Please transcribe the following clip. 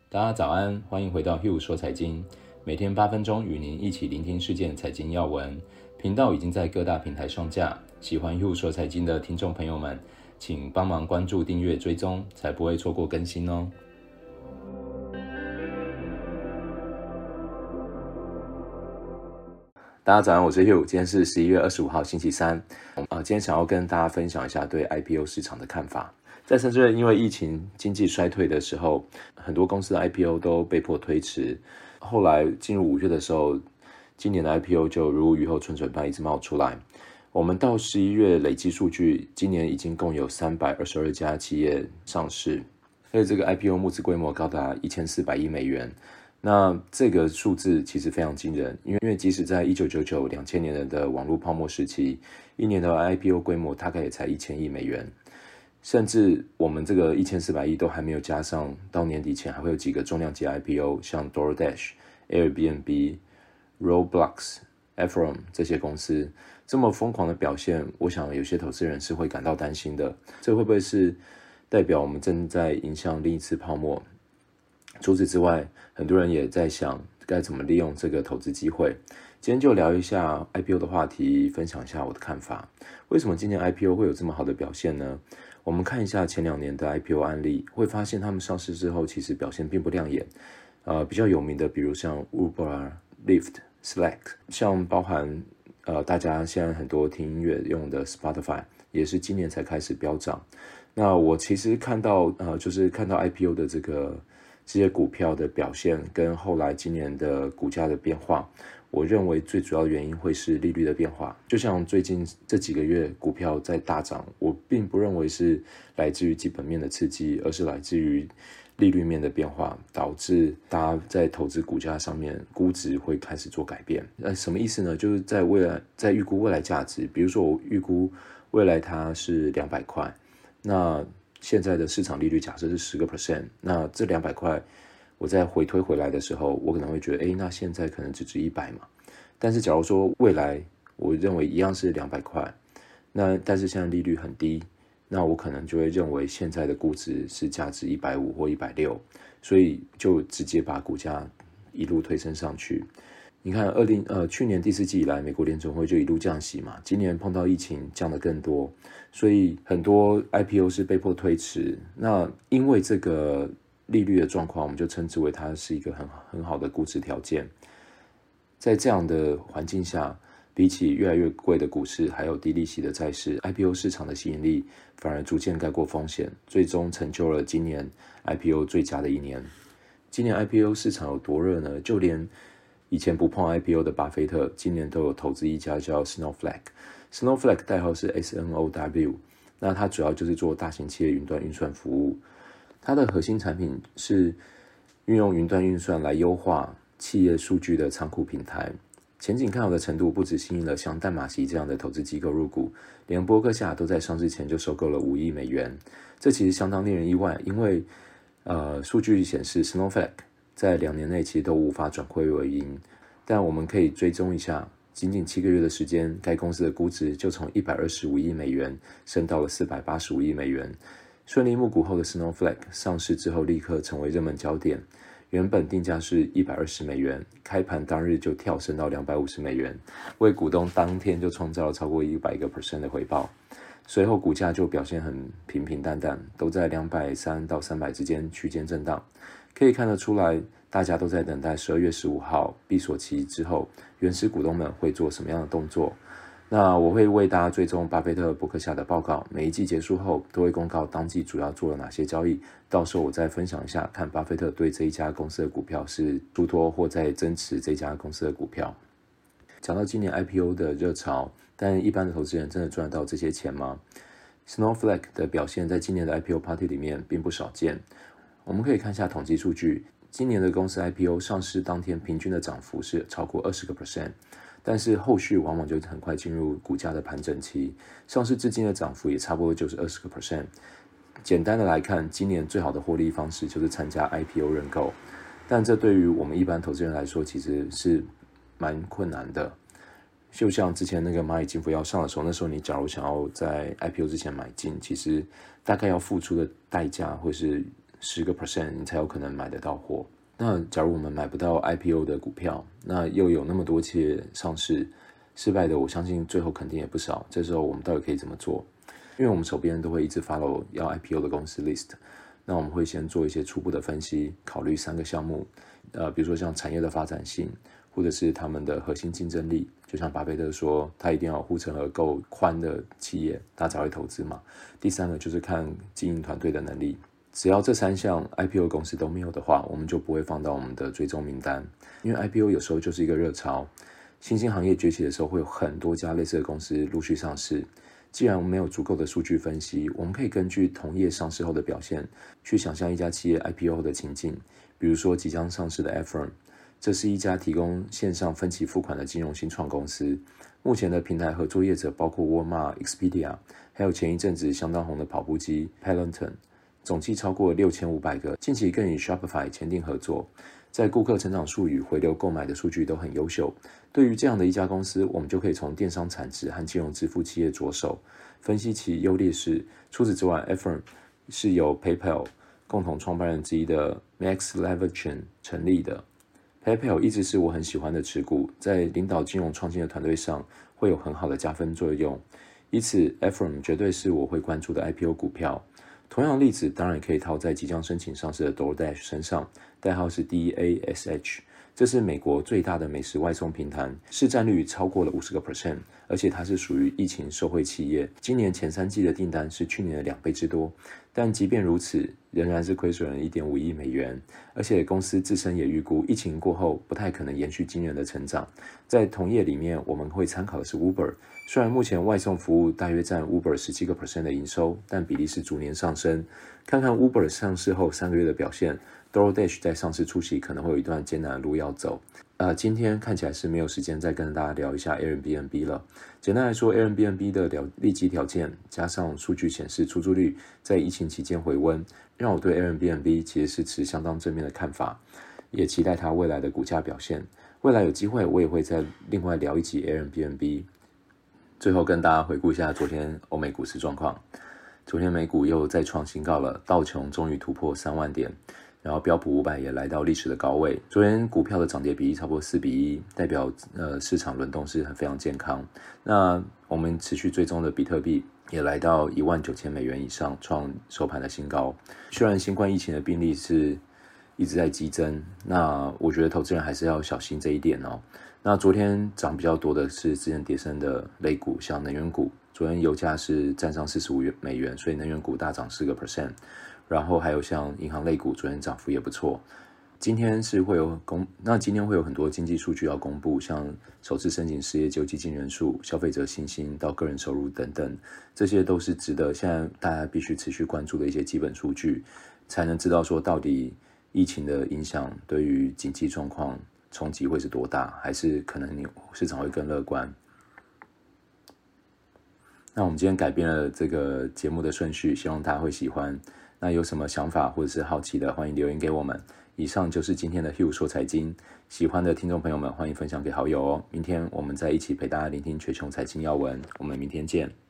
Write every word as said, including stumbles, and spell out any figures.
大家早安，欢迎回到 Hugh 说财经，每天八分钟与您一起聆听事件财经要闻。频道已经在各大平台上架，喜欢 Hugh 说财经的听众朋友们，请帮忙关注、订阅、追踪，才不会错过更新哦。大家早安，我是 Hugh， 今天是十一月二十五号星期三。呃，今天想要跟大家分享一下对 I P O 市场的看法。在三月因为疫情经济衰退的时候，很多公司的 I P O 都被迫推迟。后来进入五月的时候，今年的 I P O 就如雨后春笋般一直冒出来。我们到十一月累计数据，今年已经共有三百二十二家企业上市，所以这个 I P O 募资规模高达一千四百亿美元。那这个数字其实非常惊人，因为因为即使在一九九九、两千年的网络泡沫时期，一年的 I P O 规模大概也才一千亿美元。甚至我们这个一千四百亿都还没有加上，到年底前还会有几个重量级 I P O， 像 DoorDash、Airbnb、Roblox、Affirm 这些公司，这么疯狂的表现，我想有些投资人是会感到担心的。这会不会是代表我们正在迎向另一次泡沫？除此之外，很多人也在想该怎么利用这个投资机会。今天就聊一下 I P O 的话题，分享一下我的看法。为什么今年 I P O 会有这么好的表现呢？我们看一下前两年的 I P O 案例，会发现他们上市之后其实表现并不亮眼。呃，比较有名的，比如像 Uber、Lyft、Slack， 像包含呃大家现在很多听音乐用的 Spotify， 也是今年才开始飙涨。那我其实看到呃，就是看到 I P O 的这个这些股票的表现，跟后来今年的股价的变化。我认为最主要原因会是利率的变化，就像最近这几个月股票在大涨，我并不认为是来自于基本面的刺激，而是来自于利率面的变化，导致大家在投资股价上面估值会开始做改变。那什么意思呢？就是在未来，在预估未来价值，比如说我预估未来它是两百块，那现在的市场利率假设是 百分之十， 那这两百块我再回推回来的时候，我可能会觉得，哎，那现在可能只值一百嘛。但是假如说未来我认为一样是两百块，那但是现在利率很低，那我可能就会认为现在的估值是价值一百五或一百六，所以就直接把股价一路推升上去。你看二零呃去年第四季以来，美国联准会就一路降息嘛，今年碰到疫情降得更多，所以很多 I P O 是被迫推迟。那因为这个利率的状况，我们就称之为它是一个很很好的估值条件。在这样的环境下，比起越来越贵的股市，还有低利息的债市 ，I P O 市场的吸引力反而逐渐盖过风险，最终成就了今年 I P O 最佳的一年。今年 I P O 市场有多热呢？就连以前不碰 I P O 的巴菲特，今年都有投资一家叫 Snowflake。Snowflake 代号是 S N O W， 那它主要就是做大型企业云端运算服务。它的核心产品是运用云端运算来优化企业数据的仓库平台，前景看好的程度不只吸引了像淡马锡这样的投资机构入股，连波克夏都在上市前就收购了五亿美元。这其实相当令人意外，因为呃，数据显示 Snowflake 在两年内其实都无法转亏为盈，但我们可以追踪一下，仅仅七个月的时间，该公司的估值就从一百二十五亿美元升到了四百八十五亿美元。顺利募股后的 Snowflake 上市之后立刻成为热门焦点，原本定价是一百二十美元，开盘当日就跳升到两百五十美元，为股东当天就创造了超过 百分之百 的回报。随后股价就表现很平平淡淡，都在两百三到三百之间区间震荡。可以看得出来，大家都在等待十二月十五号闭锁期之后，原始股东们会做什么样的动作。那我会为大家追踪巴菲特、伯克夏的报告，每一季结束后都会公告当季主要做了哪些交易，到时候我再分享一下，看巴菲特对这一家公司的股票是出脱或在增持这家公司的股票。讲到今年 I P O 的热潮，但一般的投资人真的赚得到这些钱吗？ Snowflake 的表现在今年的 I P O Party 里面并不少见。我们可以看一下统计数据，今年的公司 I P O 上市当天平均的涨幅是超过 百分之二十，但是后续往往就很快进入股价的盘整期，上市至今的涨幅也差不多就是 百分之二十。简单的来看，今年最好的获利方式就是参加 I P O 认购，但这对于我们一般投资人来说其实是蛮困难的。就像之前那个蚂蚁金服要上的时候，那时候你假如想要在 I P O 之前买进，其实大概要付出的代价会是十个 percent， 你才有可能买得到货。那假如我们买不到 I P O 的股票，那又有那么多企业上市失败的，我相信最后肯定也不少。这时候我们到底可以怎么做？因为我们手边都会一直 follow 要 I P O 的公司 list， 那我们会先做一些初步的分析，考虑三个项目，呃，比如说像产业的发展性，或者是他们的核心竞争力。就像巴菲特说，他一定要护城河够宽的企业，他才会投资嘛。第三个就是看经营团队的能力。只要这三项 I P O 公司都没有的话，我们就不会放到我们的追踪名单。因为 I P O 有时候就是一个热潮，新兴行业崛起的时候，会有很多家类似的公司陆续上市。既然我们没有足够的数据分析，我们可以根据同业上市后的表现，去想象一家企业 I P O 后的情境。比如说即将上市的 Affirm， 这是一家提供线上分期付款的金融新创公司。目前的平台合作业者包括 Walmart、Expedia， 还有前一阵子相当红的跑步机 Peloton， 总计超过六千五百个。近期更与 Shopify 签订合作，在顾客成长数与回流购买的数据都很优秀。对于这样的一家公司，我们就可以从电商产值和金融支付企业着手，分析其优劣势。除此之外 Affirm 是由 PayPal 共同创办人之一的 Max Levchin 成立的。 PayPal 一直是我很喜欢的持股，在领导金融创新的团队上会有很好的加分作用，因此 Affirm 绝对是我会关注的 I P O 股票。同样的例子当然也可以套在即将申请上市的 DoorDash 身上，代号是 D A S H， 这是美国最大的美食外送平台，市占率超过了 百分之五十， 而且它是属于疫情受惠企业，今年前三季的订单是去年的两倍之多。但即便如此，仍然是亏损了 一点五亿美元，而且公司自身也预估疫情过后不太可能延续惊人的成长。在同业里面，我们会参考的是 Uber， 虽然目前外送服务大约占 Uber 百分之十七 的营收，但比例是逐年上升。看看 Uber 上市后三个月的表现， DoorDash 在上市初期可能会有一段艰难的路要走。呃，今天看起来是没有时间再跟大家聊一下 Airbnb 了。简单来说 ，Airbnb 的利基条件加上数据显示出租率在疫情期间回温，让我对 Airbnb 其实是持相当正面的看法，也期待它未来的股价表现。未来有机会我也会再另外聊一集 Airbnb。最后跟大家回顾一下昨天欧美股市状况。昨天美股又再创新高了，道琼终于突破三万点。然后标普五百也来到历史的高位。昨天股票的涨跌比例超过四比一，代表呃市场轮动是很非常健康。那我们持续追踪的比特币也来到一万九千美元以上，创收盘的新高。虽然新冠疫情的病例是一直在激增，那我觉得投资人还是要小心这一点哦。那昨天涨比较多的是之前跌升的类股，像能源股。昨天油价是站上四十五美元，所以能源股大涨 百分之四。然后还有像银行类股，昨天涨幅也不错。今天是会有公，那今天会有很多经济数据要公布，像首次申请失业救济金人数、消费者信心到个人收入等等，这些都是值得现在大家必须持续关注的一些基本数据，才能知道说到底疫情的影响对于经济状况冲击会是多大，还是可能市场会更乐观。那我们今天改变了这个节目的顺序，希望大家会喜欢。那有什么想法或者是好奇的，欢迎留言给我们。以上就是今天的 Hugh 说财经，喜欢的听众朋友们欢迎分享给好友哦。明天我们再一起陪大家聆听全球财经要闻，我们明天见。